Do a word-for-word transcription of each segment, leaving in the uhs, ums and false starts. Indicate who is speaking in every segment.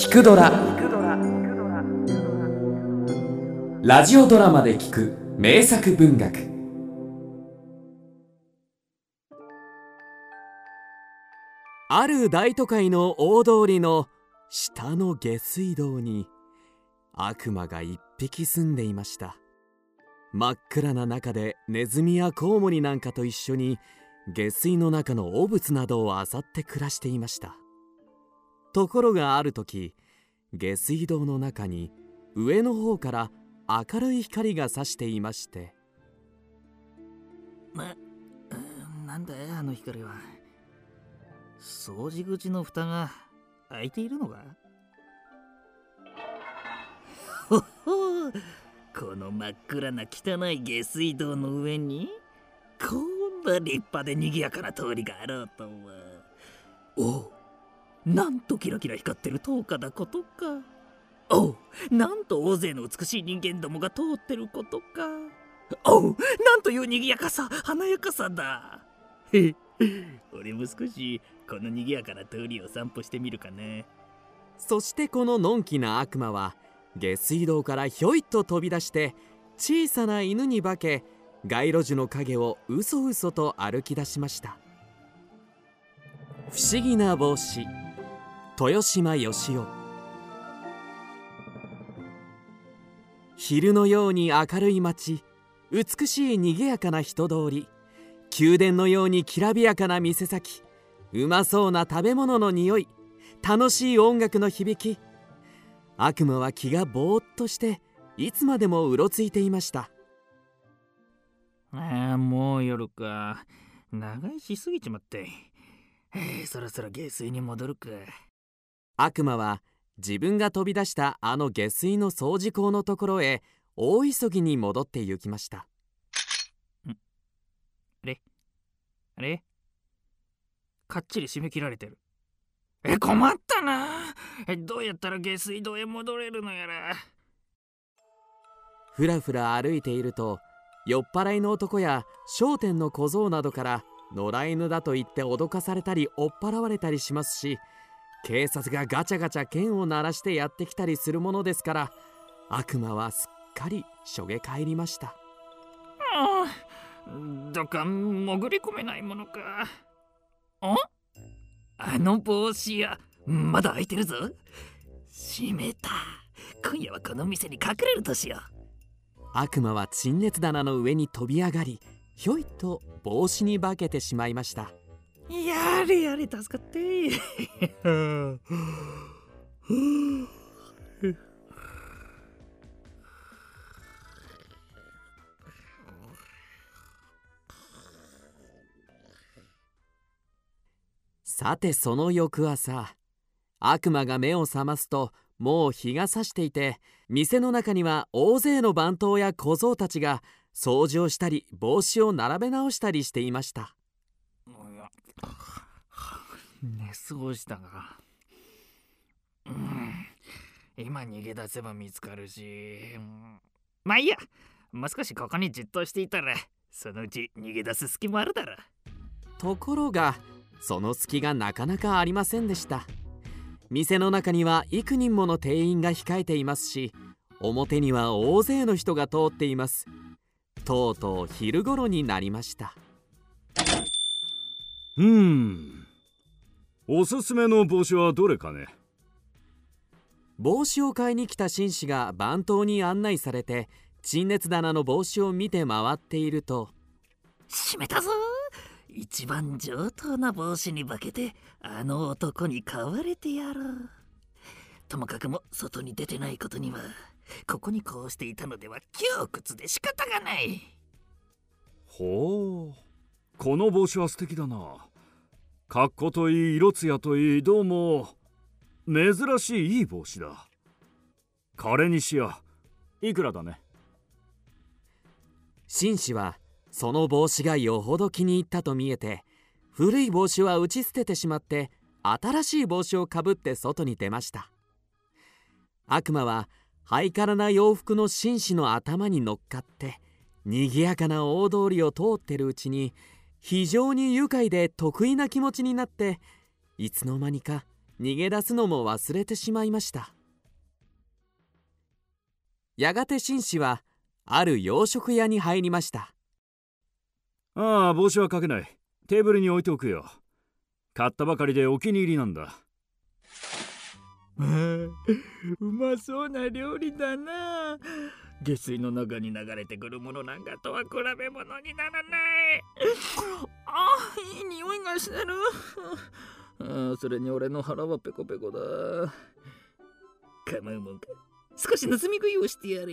Speaker 1: 聞くドラ、ラジオドラマで聞く名作文学。ある大都会の大通りの下の下水道に悪魔が一匹住んでいました。真っ暗な中でネズミやコウモリなんかと一緒に下水の中の汚物などを漁って暮らしていました。ところがある時、下水道の中に上の方から明るい光が差していまして、
Speaker 2: な、なんだよあの光は。掃除口の蓋が開いているのか。ほほう、この真っ暗な汚い下水道の上にこんな立派で賑やかな通りがあろうとは。おう、なんとキラキラ光ってる灯火だことか。おう、なんと大勢の美しい人間どもが通ってることか。おう、なんという賑やかさ、華やかさだ。へ俺も少しこの賑やかな通りを散歩してみるかね。
Speaker 1: そしてこののんきな悪魔は下水道からひょいっと飛び出して小さな犬に化け、街路樹の影をうそうそと歩き出しました。不思議な帽子、豊島義雄。昼のように明るい街、美しい賑やかな人通り、宮殿のようにきらびやかな店先、うまそうな食べ物の匂い、楽しい音楽の響き。悪魔は気がぼーっとしていつまでもうろついていました。
Speaker 2: ああ、もう夜か。長居しすぎちまって、えー、そろそろ下水に戻るか。
Speaker 1: 悪魔は自分が飛び出したあの下水の掃除口のところへ大急ぎに戻って行きました。
Speaker 2: んあれあれかっちり締め切られてる。え、困ったな。え、どうやったら下水道へ戻れるのやら。
Speaker 1: ふらふら歩いていると、酔っ払いの男や商店の小僧などから野良犬だと言って脅かされたり追っ払われたりしますし、警察がガチャガチャ剣を鳴らしてやってきたりするものですから、悪魔はすっかりしょげ返りました。
Speaker 2: ああ、どっか潜り込めないものか。ああの帽子屋まだ開いてるぞ。閉めた。今夜はこの店に隠れるとしよう。
Speaker 1: 悪魔は陳列棚の上に飛び上がり、ひょいと帽子に化けてしまいました。
Speaker 2: やれやれ、助かって
Speaker 1: さてその翌朝、悪魔が目を覚ますともう日が差していて、店の中には大勢の番頭や小僧たちが掃除をしたり帽子を並べ直したりしていました。
Speaker 2: 寝過ごしたが、うん、今逃げ出せば見つかるし、うん、まあいいや。もう少しここにじっとしていたらそのうち逃げ出す隙もあるだろう。
Speaker 1: ところがその隙がなかなかありませんでした。店の中には幾人もの店員が控えていますし、表には大勢の人が通っています。とうとう昼頃になりました。
Speaker 3: うーん、おすすめの帽子はどれかね。
Speaker 1: 帽子を買いに来た紳士が番頭に案内されて陳列棚の帽子を見て回っていると、
Speaker 2: 閉めたぞ。一番上等な帽子に化けてあの男に買われてやろう。ともかくも外に出てないことには、ここにこうしていたのでは窮屈で仕方がない。
Speaker 3: ほう、この帽子は素敵だな。格好といい、色艶といい、どうも珍しいいい帽子だ。彼にしや。いくらだね。
Speaker 1: 紳士はその帽子がよほど気に入ったと見えて、古い帽子は打ち捨ててしまって新しい帽子をかぶって外に出ました。悪魔はハイカラな洋服の紳士の頭に乗っかって賑やかな大通りを通ってるうちに、非常に愉快で得意な気持ちになって、いつの間にか逃げ出すのも忘れてしまいました。やがて紳士はある洋食屋に入りました。
Speaker 3: ああ、帽子はかけない。テーブルに置いておくよ。買ったばかりでお気に入りなんだ。
Speaker 2: うまそうな料理だな。下水の中に流れてくるものなんかとは比べ物にならない。あ、いい匂いがしてる。あ、それに俺の腹はペコペコだ。構うもんか。少し盗み食いをしてやれ。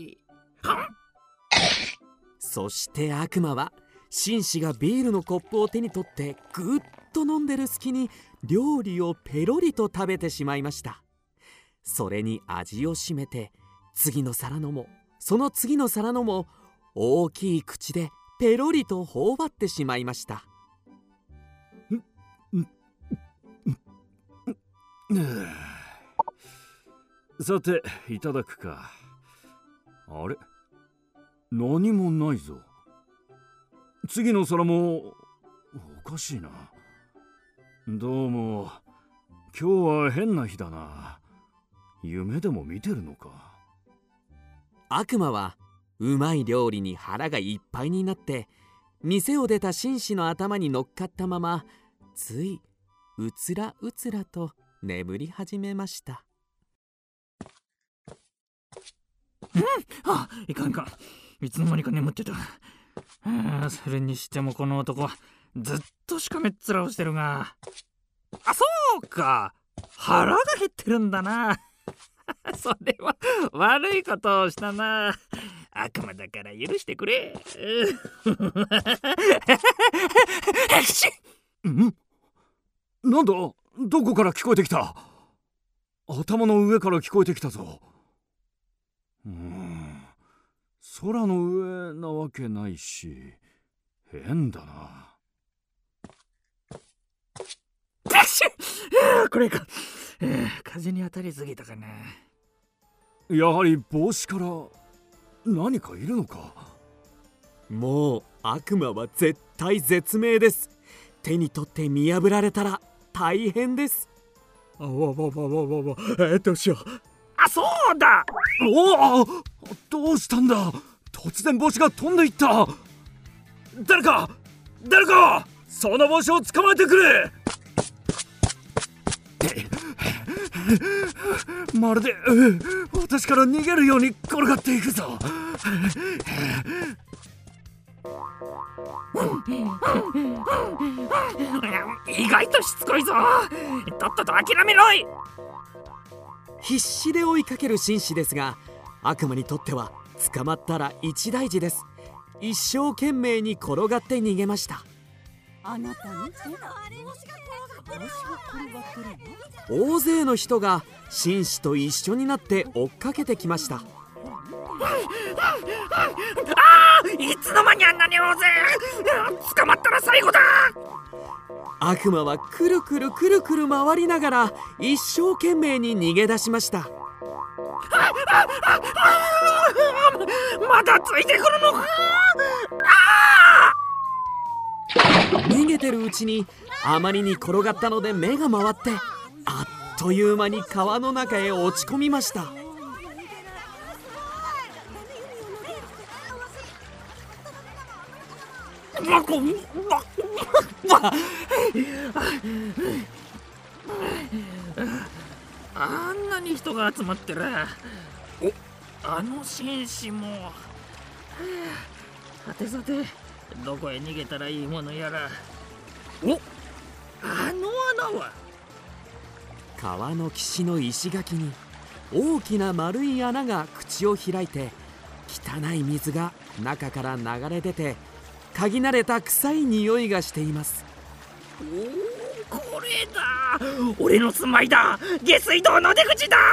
Speaker 1: そして悪魔は紳士がビールのコップを手に取ってぐっと飲んでる隙に料理をペロリと食べてしまいました。それに味をしめて次の皿のもその次の皿のも大きい口でペロリと頬張ってしまいました。
Speaker 3: さていただくか。あれ、何もないぞ。次の皿もおかしいな。どうも今日は変な日だな。夢でも見てるのか。
Speaker 1: 悪魔はうまい料理に腹がいっぱいになって店を出た紳士の頭に乗っかったままついうつらうつらと眠り始めました。
Speaker 2: うん、あ、いかんいかん。いつの間にか眠ってた。あ、それにしてもこの男はずっとしかめっ面をしてるが。あ、そうか、腹が減ってるんだな。それは悪いことをしたな。悪魔だから許してくれ。
Speaker 3: ん？なんだ？どこから聞こえてきた？頭の上から聞こえてきたぞ。うーん、空の上なわけないし変だな。
Speaker 2: これか。風に当たりすぎたかな。
Speaker 3: やはり帽子から何かいるのか。
Speaker 1: もう悪魔は絶対絶命です。手に取って見破られたら大変です。
Speaker 2: あわわわわわわ、えどうしよう。あ、そうだ。
Speaker 3: おお、どうしたんだ。突然帽子が飛んでいった。誰か誰かその帽子を捕まえてくれ。まるで私から逃げるように転がっていくぞ。
Speaker 2: 意外としつこいぞ。とっとと諦めろい。
Speaker 1: 必死で追いかける紳士ですが、悪魔にとっては捕まったら一大事です。一生懸命に転がって逃げました。
Speaker 4: あなた見て、
Speaker 1: 大勢の人が紳士と一緒になって追っかけてきました。
Speaker 2: ああ、いつの間にあんなに大勢。捕まったら最後だ。
Speaker 1: 悪魔はくるくるくるくる回りながら一生懸命に逃げ出しました。
Speaker 2: まだついてくるのか。
Speaker 1: 逃げてるうちにあまりに転がったので目が回ってあっという間に川の中へ落ち込みました。
Speaker 2: あんなに人が集まってる。お、あの紳士も。さてさて、どこへ逃げたらいいものやら。お、あの穴は。
Speaker 1: 川の岸の石垣に大きな丸い穴が口を開いて汚い水が中から流れ出て嗅ぎ慣れた臭い匂いがしています。
Speaker 2: おお、これだ。俺の住まいだ。下水道の出口だ。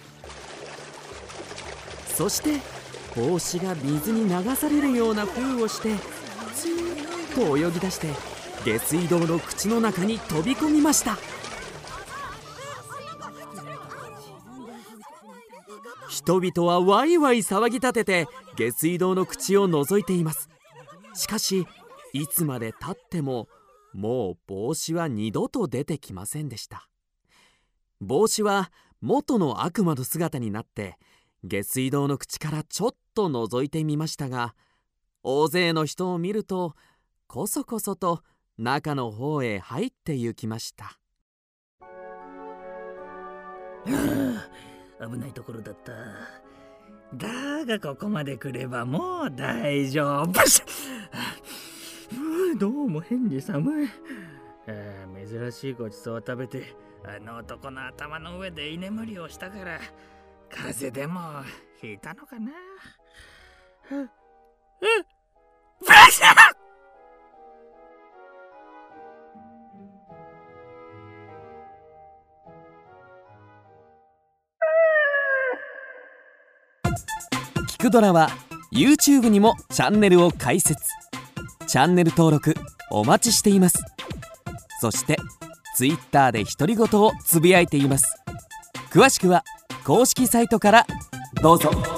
Speaker 1: そして帽子が水に流されるような風をしてスーッと泳ぎ出して下水道の口の中に飛び込みました。人々はワイワイ騒ぎ立てて下水道の口を覗いています。しかしいつまでたってももう帽子は二度と出てきませんでした。 帽子は元の悪魔の姿になって下水道の口からちょっと覗いてみましたが、大勢の人を見るとこそこそと中の方へ入って行きました。
Speaker 2: 危ないところだった。だがここまで来ればもう大丈夫。どうも変に寒い。珍しいごちそうを食べてあの男の頭の上で居眠りをしたから風邪でもひいたのかな。
Speaker 1: 聞くドラは YouTube にもチャンネルを開設。チャンネル登録お待ちしています。そして Twitter で独り言をつぶやいています。詳しくは公式サイトからどうぞ。